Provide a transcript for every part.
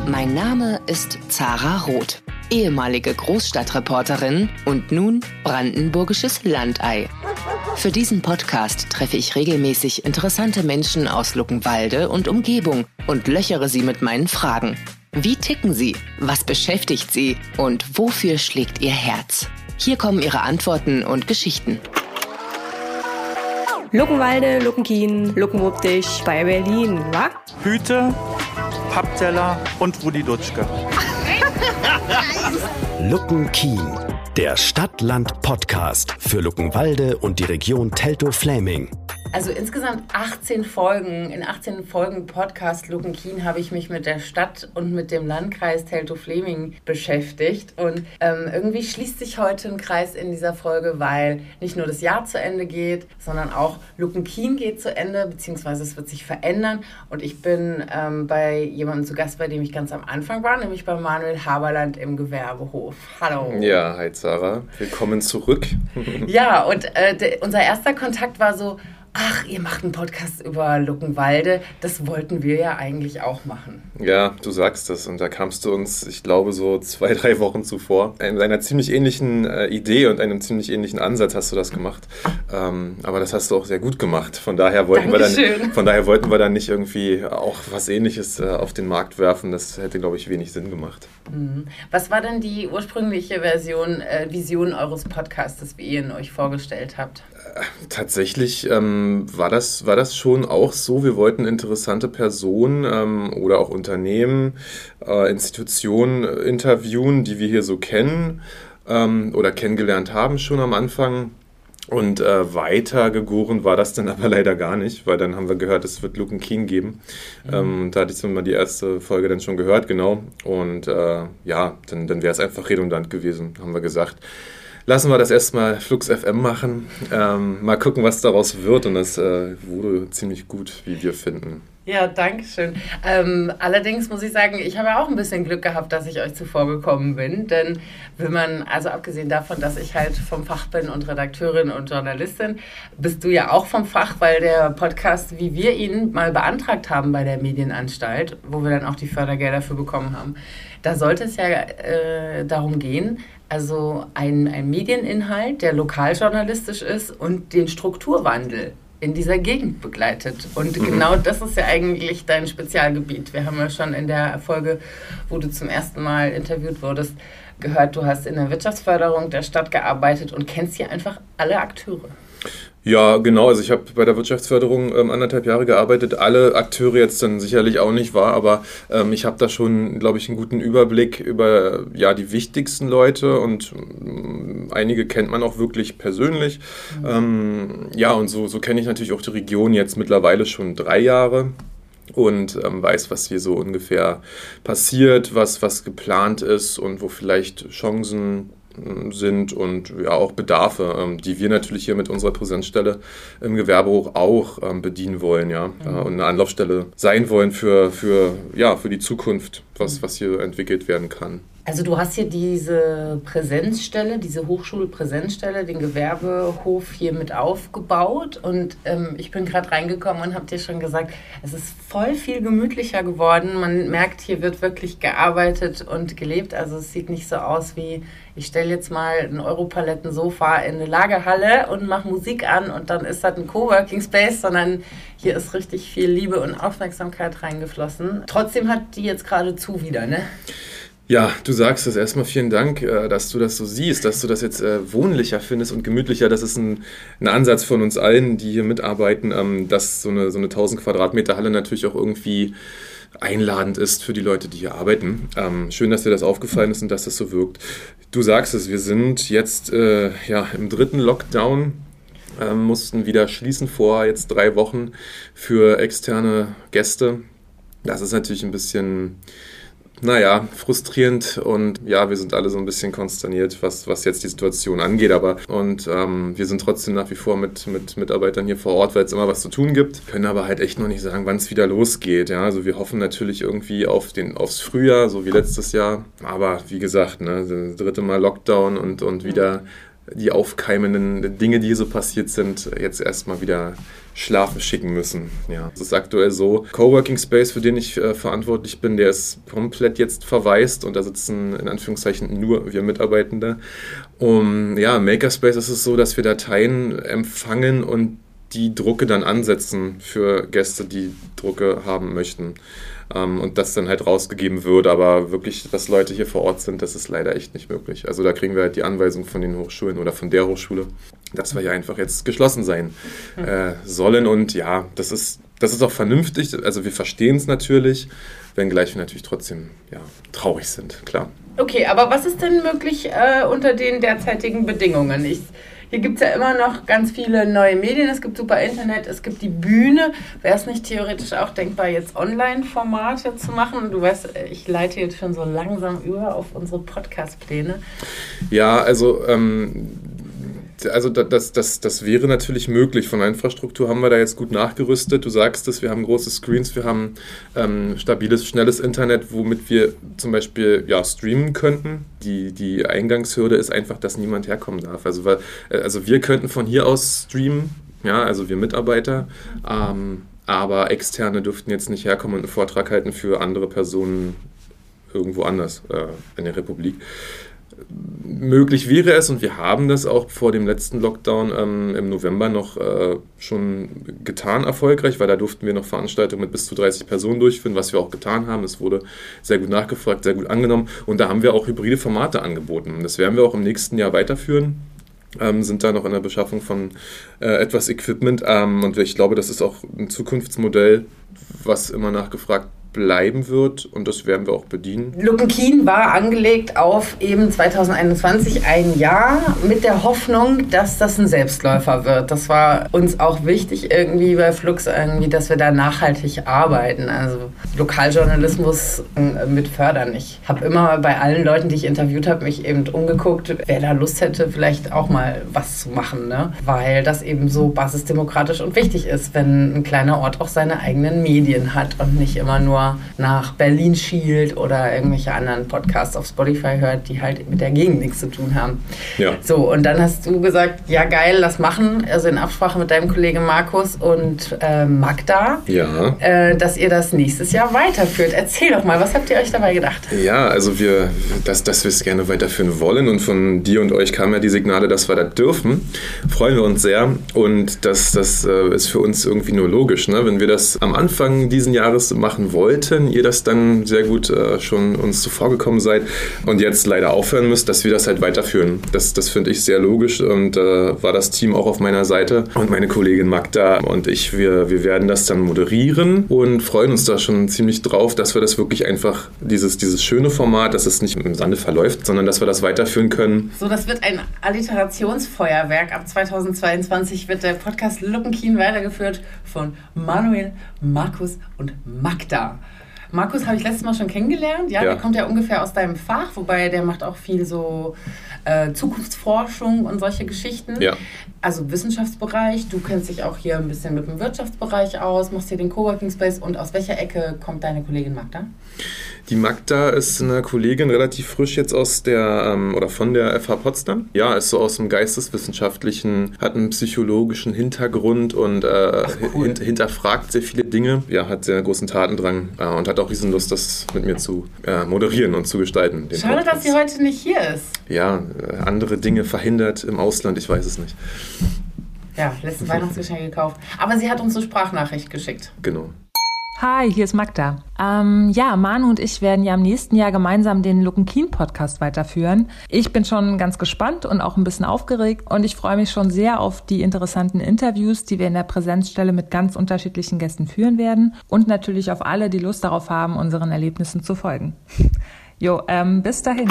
Mein Name ist Zara Roth, ehemalige Großstadtreporterin und nun brandenburgisches Landei. Für diesen Podcast treffe ich regelmäßig interessante Menschen aus Luckenwalde und Umgebung und löchere sie mit meinen Fragen. Wie ticken sie? Was beschäftigt sie? Und wofür schlägt ihr Herz? Hier kommen ihre Antworten und Geschichten. Luckenwalde, Luckenkien, Luckenwuppdich bei Berlin, wa? Hüte, Pappteller und Rudi Dutschke. Luckenkien, der Stadt-Land-Podcast für Luckenwalde und die Region Teltow-Fläming. Also insgesamt 18 Folgen. In 18 Folgen Podcast Luckenkien habe ich mich mit der Stadt und mit dem Landkreis Teltow-Fläming beschäftigt. Und irgendwie schließt sich heute ein Kreis in dieser Folge, weil nicht nur das Jahr zu Ende geht, sondern auch Luckenkien geht zu Ende, beziehungsweise es wird sich verändern. Und ich bin bei jemandem zu Gast, bei dem ich ganz am Anfang war, nämlich bei Manuel Haberland im Gewerbehof. Hallo. Ja, hi Zara. Willkommen zurück. Ja, und unser erster Kontakt war so: Ach, ihr macht einen Podcast über Luckenwalde. Das wollten wir ja eigentlich auch machen. Ja, du sagst das. Und da kamst du uns, ich glaube, so 2-3 Wochen zuvor. In einer ziemlich ähnlichen Idee und einem ziemlich ähnlichen Ansatz hast du das gemacht. Aber das hast du auch sehr gut gemacht. Von daher wollten wir dann nicht irgendwie auch was Ähnliches auf den Markt werfen. Das hätte, glaube ich, wenig Sinn gemacht. Was war denn die ursprüngliche Vision eures Podcasts, wie ihr ihn euch vorgestellt habt? Tatsächlich war das schon auch so. Wir wollten interessante Personen oder auch Unternehmen, Institutionen interviewen, die wir hier so kennen oder kennengelernt haben schon am Anfang. Und weiter gegoren war das dann aber leider gar nicht, weil dann haben wir gehört, es wird Luckenkien geben. Da hatte ich so mal die erste Folge dann schon gehört, genau. Und dann wäre es einfach redundant gewesen, haben wir gesagt. Lassen wir das erstmal Flux FM machen, mal gucken, was daraus wird, und das wurde ziemlich gut, wie wir finden. Ja, danke schön. Allerdings muss ich sagen, ich habe ja auch ein bisschen Glück gehabt, dass ich euch zuvor gekommen bin, denn wenn man, also abgesehen davon, dass ich halt vom Fach bin und Redakteurin und Journalistin, bist du ja auch vom Fach, weil der Podcast, wie wir ihn mal beantragt haben bei der Medienanstalt, wo wir dann auch die Fördergelder für bekommen haben, da sollte es ja darum gehen, also ein Medieninhalt, der lokaljournalistisch ist und den Strukturwandel in dieser Gegend begleitet. Und genau das ist ja eigentlich dein Spezialgebiet. Wir haben ja schon in der Folge, wo du zum ersten Mal interviewt wurdest, gehört, du hast in der Wirtschaftsförderung der Stadt gearbeitet und kennst hier einfach alle Akteure. Ja, genau. Also ich habe bei der Wirtschaftsförderung 1,5 Jahre gearbeitet. Alle Akteure jetzt dann sicherlich auch nicht, aber ich habe da schon, glaube ich, einen guten Überblick über die wichtigsten Leute, und einige kennt man auch wirklich persönlich. Und so kenne ich natürlich auch die Region jetzt mittlerweile schon 3 Jahre. Und weiß, was hier so ungefähr passiert, was geplant ist und wo vielleicht Chancen sind und ja auch Bedarfe, die wir natürlich hier mit unserer Präsenzstelle im Gewerbehof auch bedienen wollen, und eine Anlaufstelle sein wollen für die Zukunft, was hier entwickelt werden kann. Also du hast hier diese Präsenzstelle, diese Hochschulpräsenzstelle, den Gewerbehof hier mit aufgebaut, und ich bin gerade reingekommen und habe dir schon gesagt, es ist voll viel gemütlicher geworden. Man merkt, hier wird wirklich gearbeitet und gelebt. Also es sieht nicht so aus wie, ich stelle jetzt mal ein Europaletten-Sofa in eine Lagerhalle und mache Musik an und dann ist das ein Coworking Space, sondern hier ist richtig viel Liebe und Aufmerksamkeit reingeflossen. Trotzdem hat die jetzt gerade zu wieder, ne? Ja, du sagst es. Erstmal vielen Dank, dass du das so siehst, dass du das jetzt wohnlicher findest und gemütlicher. Das ist ein Ansatz von uns allen, die hier mitarbeiten, dass so eine 1000 Quadratmeter Halle natürlich auch irgendwie einladend ist für die Leute, die hier arbeiten. Schön, dass dir das aufgefallen ist und dass das so wirkt. Du sagst es, wir sind jetzt im 3. Lockdown, mussten wieder schließen vor jetzt 3 Wochen für externe Gäste. Das ist natürlich ein bisschen frustrierend, und wir sind alle so ein bisschen konsterniert, was jetzt die Situation angeht, wir sind trotzdem nach wie vor mit Mitarbeitern hier vor Ort, weil es immer was zu tun gibt, können aber halt echt noch nicht sagen, wann es wieder losgeht, also wir hoffen natürlich irgendwie aufs Frühjahr, so wie letztes Jahr, aber wie gesagt, das 3. Mal Lockdown und wieder die aufkeimenden Dinge, die hier so passiert sind, jetzt erstmal wieder schlafen schicken müssen. Ja, es ist aktuell so. Coworking Space, für den ich verantwortlich bin, der ist komplett jetzt verwaist und da sitzen in Anführungszeichen nur wir Mitarbeitende. Makerspace ist es so, dass wir Dateien empfangen und die Drucke dann ansetzen für Gäste, die Drucke haben möchten. Und das dann halt rausgegeben wird, aber wirklich, dass Leute hier vor Ort sind, das ist leider echt nicht möglich. Also da kriegen wir halt die Anweisung von den Hochschulen oder von der Hochschule, dass wir hier einfach jetzt geschlossen sein sollen. Und ja, das ist auch vernünftig. Also wir verstehen es natürlich, wenngleich wir natürlich trotzdem traurig sind, klar. Okay, aber was ist denn möglich unter den derzeitigen Bedingungen? Hier gibt es ja immer noch ganz viele neue Medien, es gibt super Internet, es gibt die Bühne. Wäre es nicht theoretisch auch denkbar, jetzt Online-Formate zu machen? Du weißt, ich leite jetzt schon so langsam über auf unsere Podcast-Pläne. Ja, also das wäre natürlich möglich. Von der Infrastruktur haben wir da jetzt gut nachgerüstet. Du sagst es, wir haben große Screens, wir haben stabiles, schnelles Internet, womit wir zum Beispiel streamen könnten. Die Eingangshürde ist einfach, dass niemand herkommen darf. Also wir könnten von hier aus streamen, also wir Mitarbeiter, aber Externe dürften jetzt nicht herkommen und einen Vortrag halten für andere Personen irgendwo anders in der Republik. Möglich wäre es, und wir haben das auch vor dem letzten Lockdown im November noch schon getan, erfolgreich, weil da durften wir noch Veranstaltungen mit bis zu 30 Personen durchführen, was wir auch getan haben. Es wurde sehr gut nachgefragt, sehr gut angenommen und da haben wir auch hybride Formate angeboten. Das werden wir auch im nächsten Jahr weiterführen. Sind da noch in der Beschaffung von etwas Equipment und ich glaube, das ist auch ein Zukunftsmodell, was immer nachgefragt bleiben wird und das werden wir auch bedienen. Luckenkien war angelegt auf eben 2021 ein Jahr mit der Hoffnung, dass das ein Selbstläufer wird. Das war uns auch wichtig irgendwie bei Flux dass wir da nachhaltig arbeiten, also Lokaljournalismus mit fördern. Ich habe immer bei allen Leuten, die ich interviewt habe, mich eben umgeguckt, wer da Lust hätte, vielleicht auch mal was zu machen, ne? Weil das eben so basisdemokratisch und wichtig ist, wenn ein kleiner Ort auch seine eigenen Medien hat und nicht immer nur nach Berlin schielt oder irgendwelche anderen Podcasts auf Spotify hört, die halt mit der Gegend nichts zu tun haben. Ja. So, und dann hast du gesagt, ja geil, lass machen, also in Absprache mit deinem Kollegen Markus und Magda, dass ihr das nächstes Jahr weiterführt. Erzähl doch mal, was habt ihr euch dabei gedacht? Ja, also dass wir es gerne weiterführen wollen und von dir und euch kamen ja die Signale, dass wir das dürfen, freuen wir uns sehr und das ist für uns irgendwie nur logisch, ne? Wenn wir das am Anfang diesen Jahres machen wollten, ihr das dann sehr gut schon uns zuvorgekommen seid und jetzt leider aufhören müsst, dass wir das halt weiterführen. Das finde ich sehr logisch und war das Team auch auf meiner Seite und meine Kollegin Magda und ich, wir werden das dann moderieren und freuen uns da schon ziemlich drauf, dass wir das wirklich einfach, dieses schöne Format, dass es nicht im Sande verläuft, sondern dass wir das weiterführen können. So, das wird ein Alliterationsfeuerwerk. Ab 2022 wird der Podcast Luckenkien weitergeführt von Manuel, Markus und Magda. Markus habe ich letztes Mal schon kennengelernt. Ja, der kommt ja ungefähr aus deinem Fach, wobei der macht auch viel so Zukunftsforschung und solche Geschichten. Ja. Also Wissenschaftsbereich. Du kennst dich auch hier ein bisschen mit dem Wirtschaftsbereich aus, machst hier den Coworking Space. Und aus welcher Ecke kommt deine Kollegin Magda? Die Magda ist eine Kollegin, relativ frisch jetzt aus der oder von der FH Potsdam. Ja, ist so aus dem Geisteswissenschaftlichen, hat einen psychologischen Hintergrund und cool. hinterfragt sehr viele Dinge. Ja, hat sehr großen Tatendrang und hat auch riesen Lust, das mit mir zu moderieren und zu gestalten. Schade, Podcast. Dass sie heute nicht hier ist. Ja, andere Dinge verhindert im Ausland, ich weiß es nicht. Ja, letzten Weihnachtsgeschenk gekauft. Aber sie hat uns eine Sprachnachricht geschickt. Genau. Hi, hier ist Magda. Manu und ich werden ja im nächsten Jahr gemeinsam den Luckenkien-Podcast weiterführen. Ich bin schon ganz gespannt und auch ein bisschen aufgeregt und ich freue mich schon sehr auf die interessanten Interviews, die wir in der Präsenzstelle mit ganz unterschiedlichen Gästen führen werden und natürlich auf alle, die Lust darauf haben, unseren Erlebnissen zu folgen. Bis dahin.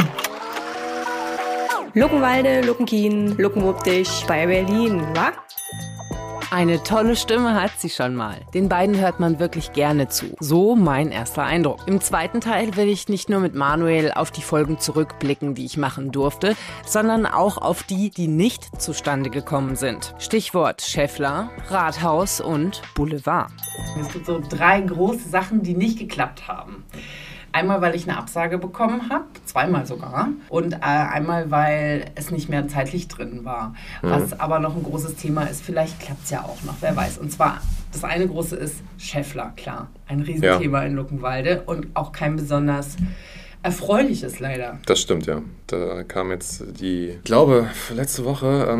Luckenwalde, Luckenkien, Luckenwuppdich bei Berlin, wa? Eine tolle Stimme hat sie schon mal. Den beiden hört man wirklich gerne zu. So mein erster Eindruck. Im zweiten Teil will ich nicht nur mit Manuel auf die Folgen zurückblicken, die ich machen durfte, sondern auch auf die, die nicht zustande gekommen sind. Stichwort Scheffler, Rathaus und Boulevard. Es gibt so 3 große Sachen, die nicht geklappt haben. Einmal, weil ich eine Absage bekommen habe, zweimal sogar. Und einmal, weil es nicht mehr zeitlich drin war. Was aber noch ein großes Thema ist. Vielleicht klappt es ja auch noch, wer weiß. Und zwar, das eine große ist Scheffler, klar. Ein Riesenthema in Luckenwalde und auch kein besonders erfreuliches leider. Das stimmt, ja. Da kam jetzt ich glaube, letzte Woche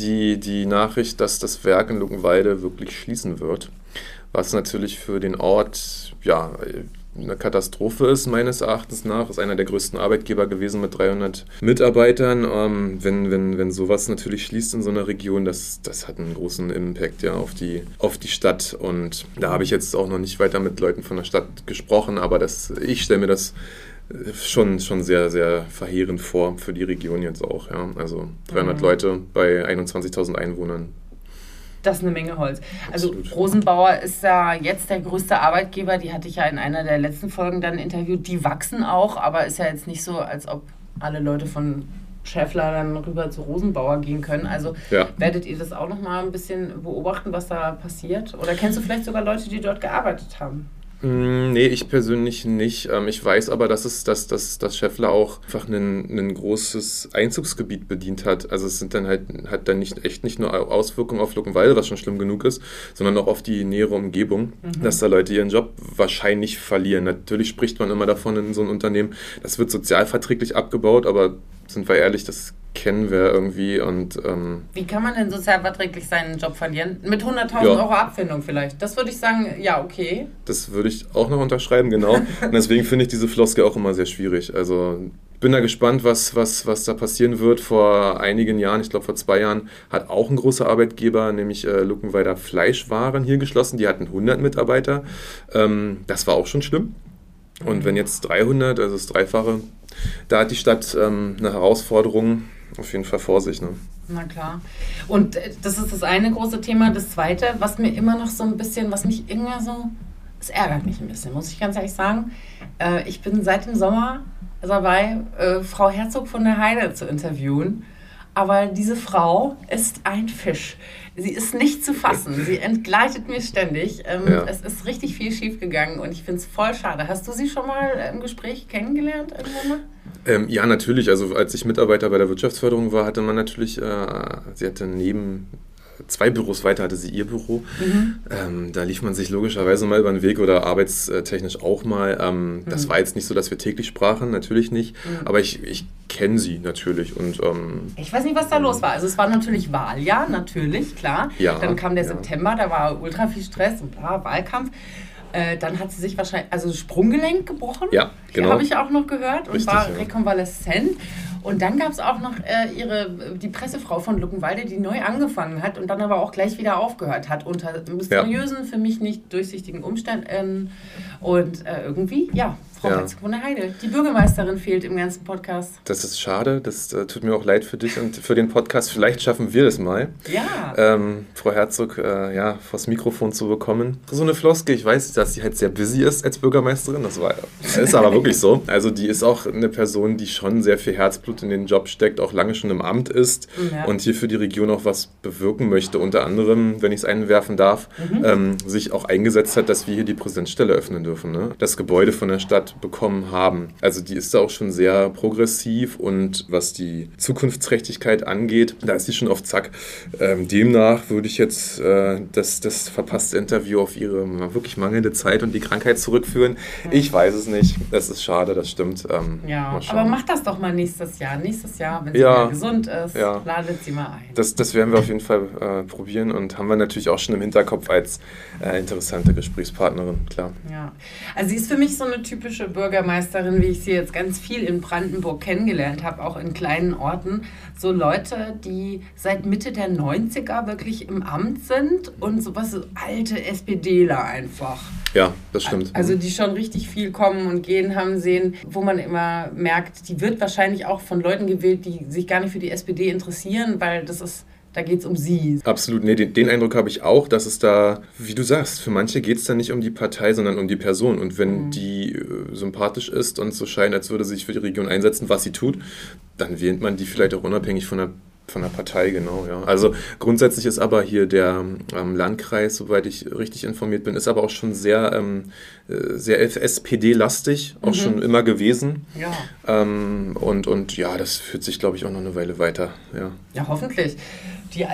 die Nachricht, dass das Werk in Luckenwalde wirklich schließen wird. Was natürlich für den Ort, ja, eine Katastrophe ist, meines Erachtens nach. Ist einer der größten Arbeitgeber gewesen mit 300 Mitarbeitern. Wenn sowas natürlich schließt in so einer Region, das hat einen großen Impact ja, auf die Stadt. Und da habe ich jetzt auch noch nicht weiter mit Leuten von der Stadt gesprochen, aber ich stelle mir das schon sehr, sehr verheerend vor für die Region jetzt auch. Ja. Also 300 Leute bei 21.000 Einwohnern. Das ist eine Menge Holz. Also Absolut. Rosenbauer ist ja jetzt der größte Arbeitgeber, die hatte ich ja in einer der letzten Folgen dann interviewt. Die wachsen auch, aber ist ja jetzt nicht so, als ob alle Leute von Scheffler dann rüber zu Rosenbauer gehen können. Also werdet ihr das auch noch mal ein bisschen beobachten, was da passiert? Oder kennst du vielleicht sogar Leute, die dort gearbeitet haben? Nee, ich persönlich nicht. Ich weiß aber, dass Scheffler auch einfach ein großes Einzugsgebiet bedient hat. Also es sind hat dann nicht nur Auswirkungen auf Luckenwalde, was schon schlimm genug ist, sondern auch auf die nähere Umgebung, dass da Leute ihren Job wahrscheinlich verlieren. Natürlich spricht man immer davon in so einem Unternehmen, das wird sozialverträglich abgebaut, aber sind wir ehrlich, das kennen wir irgendwie. Und wie kann man denn sozialverträglich seinen Job verlieren? Mit 100.000 Euro Abfindung vielleicht. Das würde ich sagen, ja, okay. Das würde ich auch noch unterschreiben, genau. Und deswegen finde ich diese Floskel auch immer sehr schwierig. Also bin da gespannt, was da passieren wird. Vor einigen Jahren, ich glaube vor 2 Jahren, hat auch ein großer Arbeitgeber, nämlich Luckenwalder Fleischwaren hier geschlossen. Die hatten 100 Mitarbeiter. Das war auch schon schlimm. Und wenn jetzt 300, also das Dreifache, da hat die Stadt eine Herausforderung. Auf jeden Fall Vorsicht, ne? Na klar. Und das ist das eine große Thema. Das zweite, was mir immer noch so ein bisschen, was mich irgendwie so, es ärgert mich ein bisschen, muss ich ganz ehrlich sagen. Ich bin seit dem Sommer dabei, Frau Herzog von der Heide zu interviewen. Aber diese Frau ist ein Fisch. Sie ist nicht zu fassen. Sie entgleitet mir ständig. Es ist richtig viel schief gegangen und ich finde es voll schade. Hast du sie schon mal im Gespräch kennengelernt irgendwann mal? Ja, natürlich. Also als ich Mitarbeiter bei der Wirtschaftsförderung war, hatte man natürlich, sie hatte neben 2 Büros weiter, hatte sie ihr Büro. Da lief man sich logischerweise mal über den Weg oder arbeitstechnisch auch mal. Das war jetzt nicht so, dass wir täglich sprachen, natürlich nicht. Aber ich kenne sie natürlich. Und, ich weiß nicht, was da los war. Also es war natürlich Wahljahr, natürlich, klar. Ja, dann kam der September, da war ultra viel Stress und bla, Wahlkampf. Dann hat sie sich wahrscheinlich, also Sprunggelenk gebrochen. Ja, genau. Habe ich auch noch gehört und Richtig, war rekonvaleszent. Und dann gab es auch noch die Pressefrau von Luckenwalde, die neu angefangen hat und dann aber auch gleich wieder aufgehört hat unter mysteriösen, für mich nicht durchsichtigen Umständen. Und irgendwie, Frau Herzog von der Heide. Die Bürgermeisterin fehlt im ganzen Podcast. Das ist schade, das tut mir auch leid für dich und für den Podcast. Vielleicht schaffen wir das mal, Frau Herzog vors Mikrofon zu bekommen. So eine Floskel, ich weiß, dass sie halt sehr busy ist als Bürgermeisterin, das ist aber wirklich so. Also die ist auch eine Person, die schon sehr viel Herzblut in den Job steckt, auch lange schon im Amt ist und hier für die Region auch was bewirken möchte. Unter anderem, wenn ich es einwerfen darf, sich auch eingesetzt hat, dass wir hier die Präsenzstelle öffnen dürfen, ne? Das Gebäude von der Stadt bekommen haben. Also die ist da auch schon sehr progressiv und was die Zukunftsträchtigkeit angeht, da ist sie schon auf Zack. Demnach würde ich jetzt das verpasste Interview auf ihre wirklich mangelnde Zeit und die Krankheit zurückführen. Ich weiß es nicht. Das ist schade, das stimmt. Aber mach das doch mal nächstes Jahr. Nächstes Jahr, wenn sie wieder gesund ist, ladet sie mal ein. Das werden wir auf jeden Fall probieren und haben wir natürlich auch schon im Hinterkopf als interessante Gesprächspartnerin, klar. Ja, also sie ist für mich so eine typische Bürgermeisterin, wie ich sie jetzt ganz viel in Brandenburg kennengelernt habe, auch in kleinen Orten. So Leute, die seit Mitte der 90er wirklich im Amt sind und sowas, so alte SPDler einfach. Ja, das stimmt. Also die schon richtig viel kommen und gehen haben sehen, wo man immer merkt, die wird wahrscheinlich auch von Leuten gewählt, die sich gar nicht für die SPD interessieren, weil da geht es um sie. Absolut, nee, den Eindruck habe ich auch, dass es da, wie du sagst, für manche geht es da nicht um die Partei, sondern um die Person. Und wenn die sympathisch ist und so scheint, als würde sie sich für die Region einsetzen, was sie tut, dann wählt man die vielleicht auch unabhängig von der Von der Partei, genau, ja. Also grundsätzlich ist aber hier der Landkreis, soweit ich richtig informiert bin, ist aber auch schon sehr SPD-lastig, auch schon immer gewesen. Ja. Und ja, das führt sich, glaube ich, auch noch eine Weile weiter. Ja, hoffentlich. Die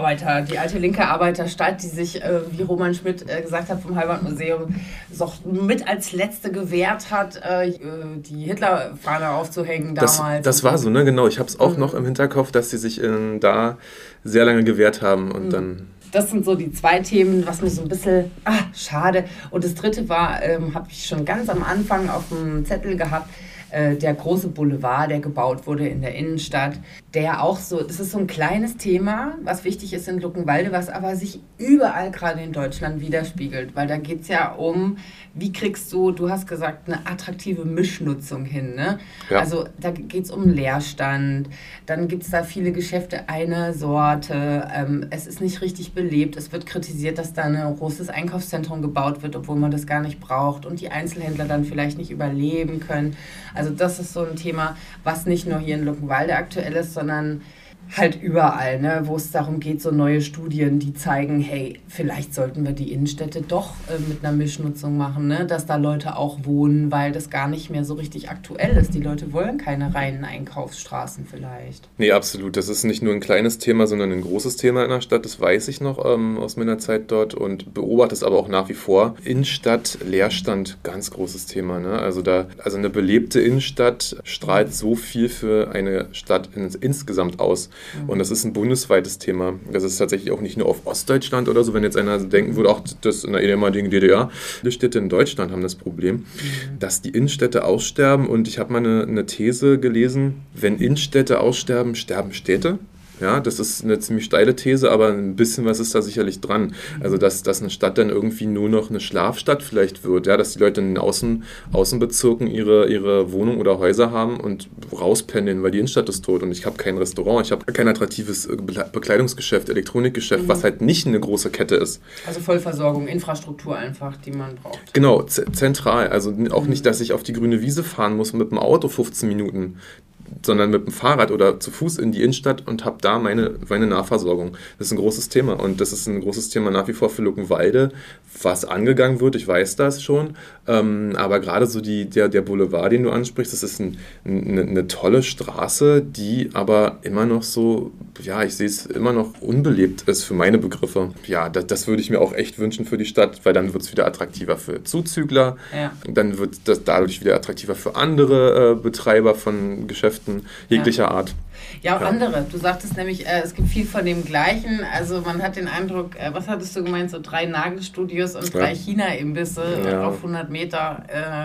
alte linke Arbeiterstadt, die sich, wie Roman Schmidt gesagt hat, vom Heimatmuseum, so mit als letzte gewehrt hat, die Hitlerfahne aufzuhängen damals. Das war so, ne? Genau. Ich habe es auch noch im Hinterkopf, dass sie sich da sehr lange gewehrt haben und dann... Das sind so die 2 Themen, was mir so ein bisschen, schade. Und das 3. war, habe ich schon ganz am Anfang auf dem Zettel gehabt, der große Boulevard, der gebaut wurde in der Innenstadt, der auch so, das ist so ein kleines Thema, was wichtig ist in Luckenwalde, was aber sich überall gerade in Deutschland widerspiegelt, weil da geht es ja um, wie kriegst du hast gesagt, eine attraktive Mischnutzung hin, ne? Ja. Also da geht es um Leerstand, dann gibt es da viele Geschäfte einer Sorte, es ist nicht richtig belebt, es wird kritisiert, dass da ein großes Einkaufszentrum gebaut wird, obwohl man das gar nicht braucht und die Einzelhändler dann vielleicht nicht überleben können. Also das ist so ein Thema, was nicht nur hier in Luckenwalde aktuell ist, sondern halt überall, ne, wo es darum geht, so neue Studien, die zeigen, hey, vielleicht sollten wir die Innenstädte doch mit einer Mischnutzung machen, ne, dass da Leute auch wohnen, weil das gar nicht mehr so richtig aktuell ist. Die Leute wollen keine reinen Einkaufsstraßen vielleicht. Nee, absolut. Das ist nicht nur ein kleines Thema, sondern ein großes Thema in der Stadt. Das weiß ich noch aus meiner Zeit dort und beobachte es aber auch nach wie vor. Innenstadt, Leerstand, ganz großes Thema, ne? Also eine belebte Innenstadt strahlt so viel für eine Stadt insgesamt aus. Und das ist ein bundesweites Thema. Das ist tatsächlich auch nicht nur auf Ostdeutschland oder so, wenn jetzt einer denken würde, auch das in der ehemaligen DDR. Viele Städte in Deutschland haben das Problem, dass die Innenstädte aussterben. Und ich habe mal eine These gelesen, wenn Innenstädte aussterben, sterben Städte. Ja, das ist eine ziemlich steile These, aber ein bisschen was ist da sicherlich dran. Also, dass eine Stadt dann irgendwie nur noch eine Schlafstadt vielleicht wird, ja, dass die Leute in den Außenbezirken ihre Wohnung oder Häuser haben und rauspendeln, weil die Innenstadt ist tot und ich habe kein Restaurant, ich habe kein attraktives Bekleidungsgeschäft, Elektronikgeschäft, was halt nicht eine große Kette ist. Also Vollversorgung, Infrastruktur einfach, die man braucht. Genau, zentral. Also auch nicht, dass ich auf die grüne Wiese fahren muss mit dem Auto 15 Minuten. Sondern mit dem Fahrrad oder zu Fuß in die Innenstadt und habe da meine Nahversorgung. Das ist ein großes Thema und das ist ein großes Thema nach wie vor für Luckenwalde, was angegangen wird, ich weiß das schon, aber gerade so der Boulevard, den du ansprichst, das ist eine tolle Straße, die aber immer noch so, ja, ich sehe es immer noch unbelebt ist für meine Begriffe. Ja, das würde ich mir auch echt wünschen für die Stadt, weil dann wird es wieder attraktiver für Zuzügler, dann wird das dadurch wieder attraktiver für andere Betreiber von Geschäften jeglicher Art. Ja, auch andere. Du sagtest nämlich, es gibt viel von dem Gleichen. Also man hat den Eindruck, was hattest du gemeint, so 3 Nagelstudios und 3 China-Imbisse auf 100 Meter.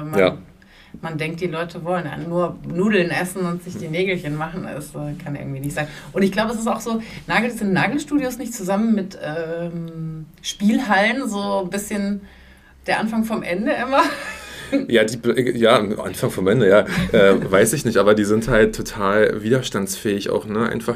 Man denkt, die Leute wollen nur Nudeln essen und sich die Nägelchen machen. Das kann irgendwie nicht sein. Und ich glaube, es ist auch so, sind Nagelstudios nicht zusammen mit Spielhallen so ein bisschen der Anfang vom Ende immer? Ja, Anfang vom Ende, ja, weiß ich nicht, aber die sind halt total widerstandsfähig auch, ne, einfach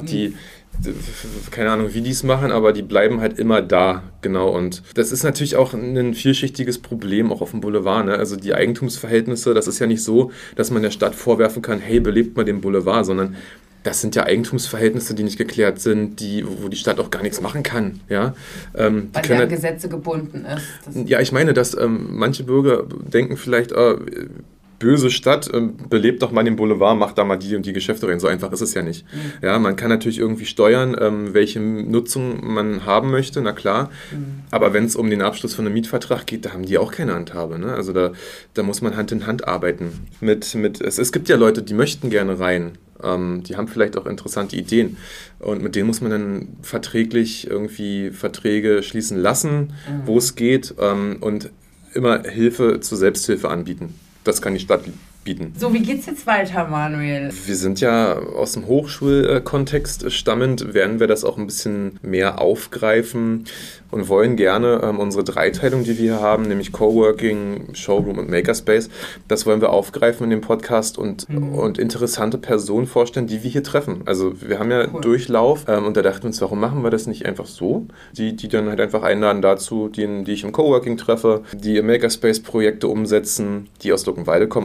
keine Ahnung, wie die es machen, aber die bleiben halt immer da, genau, und das ist natürlich auch ein vielschichtiges Problem, auch auf dem Boulevard, ne, also die Eigentumsverhältnisse, das ist ja nicht so, dass man der Stadt vorwerfen kann, hey, belebt mal den Boulevard, sondern das sind ja Eigentumsverhältnisse, die nicht geklärt sind, wo die Stadt auch gar nichts machen kann. Ja? Weil der an Gesetze gebunden ist. Ja, ich meine, dass manche Bürger denken vielleicht, böse Stadt, belebt doch mal den Boulevard, macht da mal die und die Geschäfte rein. So einfach ist es ja nicht. Ja, man kann natürlich irgendwie steuern, welche Nutzung man haben möchte, na klar. Aber wenn es um den Abschluss von einem Mietvertrag geht, da haben die auch keine Handhabe. Ne? Also da muss man Hand in Hand arbeiten. Es gibt ja Leute, die möchten gerne rein. Die haben vielleicht auch interessante Ideen und mit denen muss man dann verträglich irgendwie Verträge schließen lassen, wo es geht und immer Hilfe zur Selbsthilfe anbieten. Das kann die Stadt bieten. So, wie geht's jetzt weiter, Manuel? Wir sind ja aus dem Hochschulkontext stammend, werden wir das auch ein bisschen mehr aufgreifen und wollen gerne unsere Dreiteilung, die wir hier haben, nämlich Coworking, Showroom und Makerspace, das wollen wir aufgreifen in dem Podcast und interessante Personen vorstellen, die wir hier treffen. Also wir haben ja Durchlauf und da dachten wir uns, warum machen wir das nicht einfach so? Die dann halt einfach einladen dazu, die ich im Coworking treffe, die im Makerspace Projekte umsetzen, die aus Luckenwalde kommen oder auch aus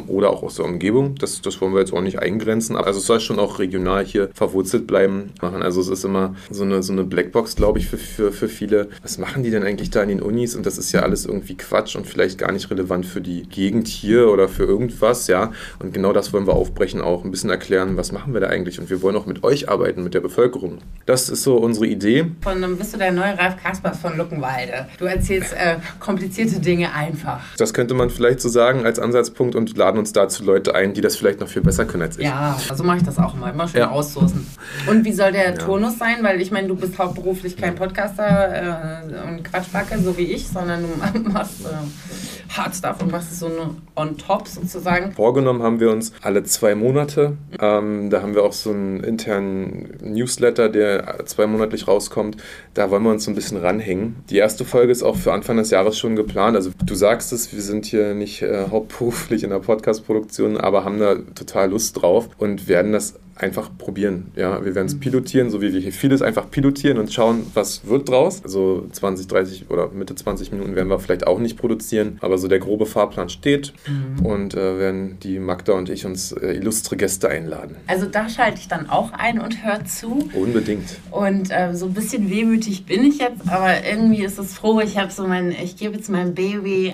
aus der Umgebung. Das wollen wir jetzt auch nicht eingrenzen. Also es soll schon auch regional hier verwurzelt bleiben. Also es ist immer so eine Blackbox, glaube ich, für viele. Was machen die denn eigentlich da in den Unis? Und das ist ja alles irgendwie Quatsch und vielleicht gar nicht relevant für die Gegend hier oder für irgendwas, ja. Und genau das wollen wir aufbrechen, auch ein bisschen erklären, was machen wir da eigentlich. Und wir wollen auch mit euch arbeiten, mit der Bevölkerung. Das ist so unsere Idee. Dann bist du der neue Ralf Kaspers von Luckenwalde. Du erzählst komplizierte Dinge einfach. Das könnte man vielleicht so sagen als Ansatzpunkt und laden uns dazu Leute ein, die das vielleicht noch viel besser können als ich. Ja, so mache ich das auch immer schön aussourcen. Und wie soll der Turnus sein? Weil ich meine, du bist hauptberuflich kein Podcaster und Quatschbacke, so wie ich, sondern du machst Hard Stuff und machst es so on top sozusagen. Vorgenommen haben wir uns alle 2 Monate. Da haben wir auch so einen internen Newsletter, der 2-monatlich rauskommt. Da wollen wir uns so ein bisschen ranhängen. Die erste Folge ist auch für Anfang des Jahres schon geplant. Also du sagst es, wir sind hier nicht hauptberuflich in der Podcast-Produktion, aber haben da total Lust drauf und werden das einfach probieren. Ja, wir werden es pilotieren, so wie wir hier vieles einfach pilotieren und schauen, was wird draus. Also 20, 30 oder Mitte 20 Minuten werden wir vielleicht auch nicht produzieren, aber so der grobe Fahrplan steht und werden die Magda und ich uns illustre Gäste einladen. Also da schalte ich dann auch ein und höre zu. Unbedingt. Und so ein bisschen wehmütig bin ich jetzt, aber irgendwie ist es froh. Ich gebe jetzt meinem Baby,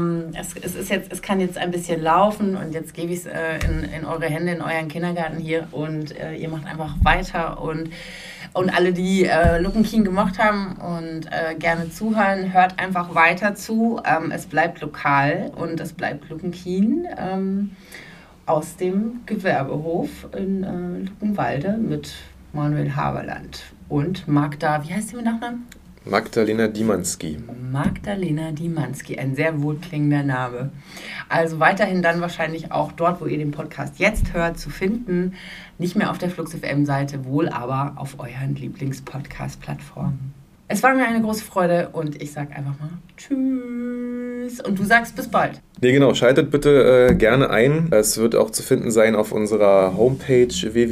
es kann jetzt ein bisschen laufen und jetzt gebe ich es in eure Hände, in euren Kindergarten hier. Und ihr macht einfach weiter und alle, die Lucken Keen gemocht haben und gerne zuhören, hört einfach weiter zu. Es bleibt lokal und es bleibt Lucken Keen aus dem Gewerbehof in Luckenwalde mit Manuel Haberland und Magda, wie heißt sie mit Nachnamen? Magdalena Diemanski. Magdalena Diemanski, ein sehr wohlklingender Name. Also weiterhin dann wahrscheinlich auch dort, wo ihr den Podcast jetzt hört, zu finden. Nicht mehr auf der Flux FM-Seite, wohl aber auf euren Lieblings-Podcast-Plattformen. Es war mir eine große Freude und ich sage einfach mal Tschüss. Und du sagst bis bald. Nee, genau. Schaltet bitte gerne ein. Es wird auch zu finden sein auf unserer Homepage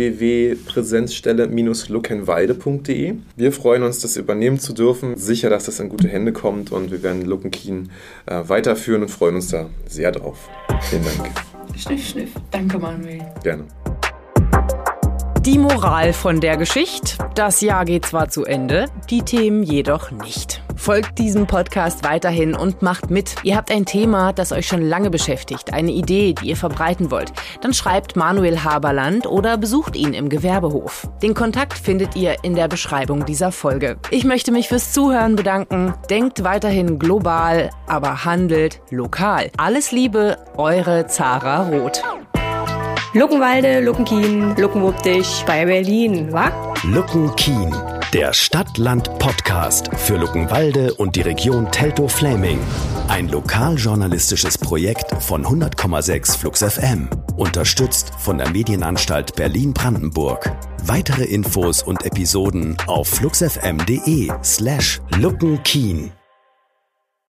www.präsenzstelle-luckenwalde.de. Wir freuen uns, das übernehmen zu dürfen. Sicher, dass das in gute Hände kommt und wir werden Lucken Keen weiterführen und freuen uns da sehr drauf. Vielen Dank. Schniff, schniff. Danke, Manuel. Gerne. Die Moral von der Geschichte: Das Jahr geht zwar zu Ende, die Themen jedoch nicht. Folgt diesem Podcast weiterhin und macht mit. Ihr habt ein Thema, das euch schon lange beschäftigt, eine Idee, die ihr verbreiten wollt. Dann schreibt Manuel Haberland oder besucht ihn im Gewerbehof. Den Kontakt findet ihr in der Beschreibung dieser Folge. Ich möchte mich fürs Zuhören bedanken. Denkt weiterhin global, aber handelt lokal. Alles Liebe, eure Zara Roth. Luckenwalde, Lucken Keen, Luckenwuppdich bei Berlin, wa? Lucken Keen, der Stadt-Land-Podcast für Luckenwalde und die Region Teltow-Fläming. Ein lokaljournalistisches Projekt von 100,6 Flux FM. Unterstützt von der Medienanstalt Berlin-Brandenburg. Weitere Infos und Episoden auf fluxfm.de/Luckenkeen.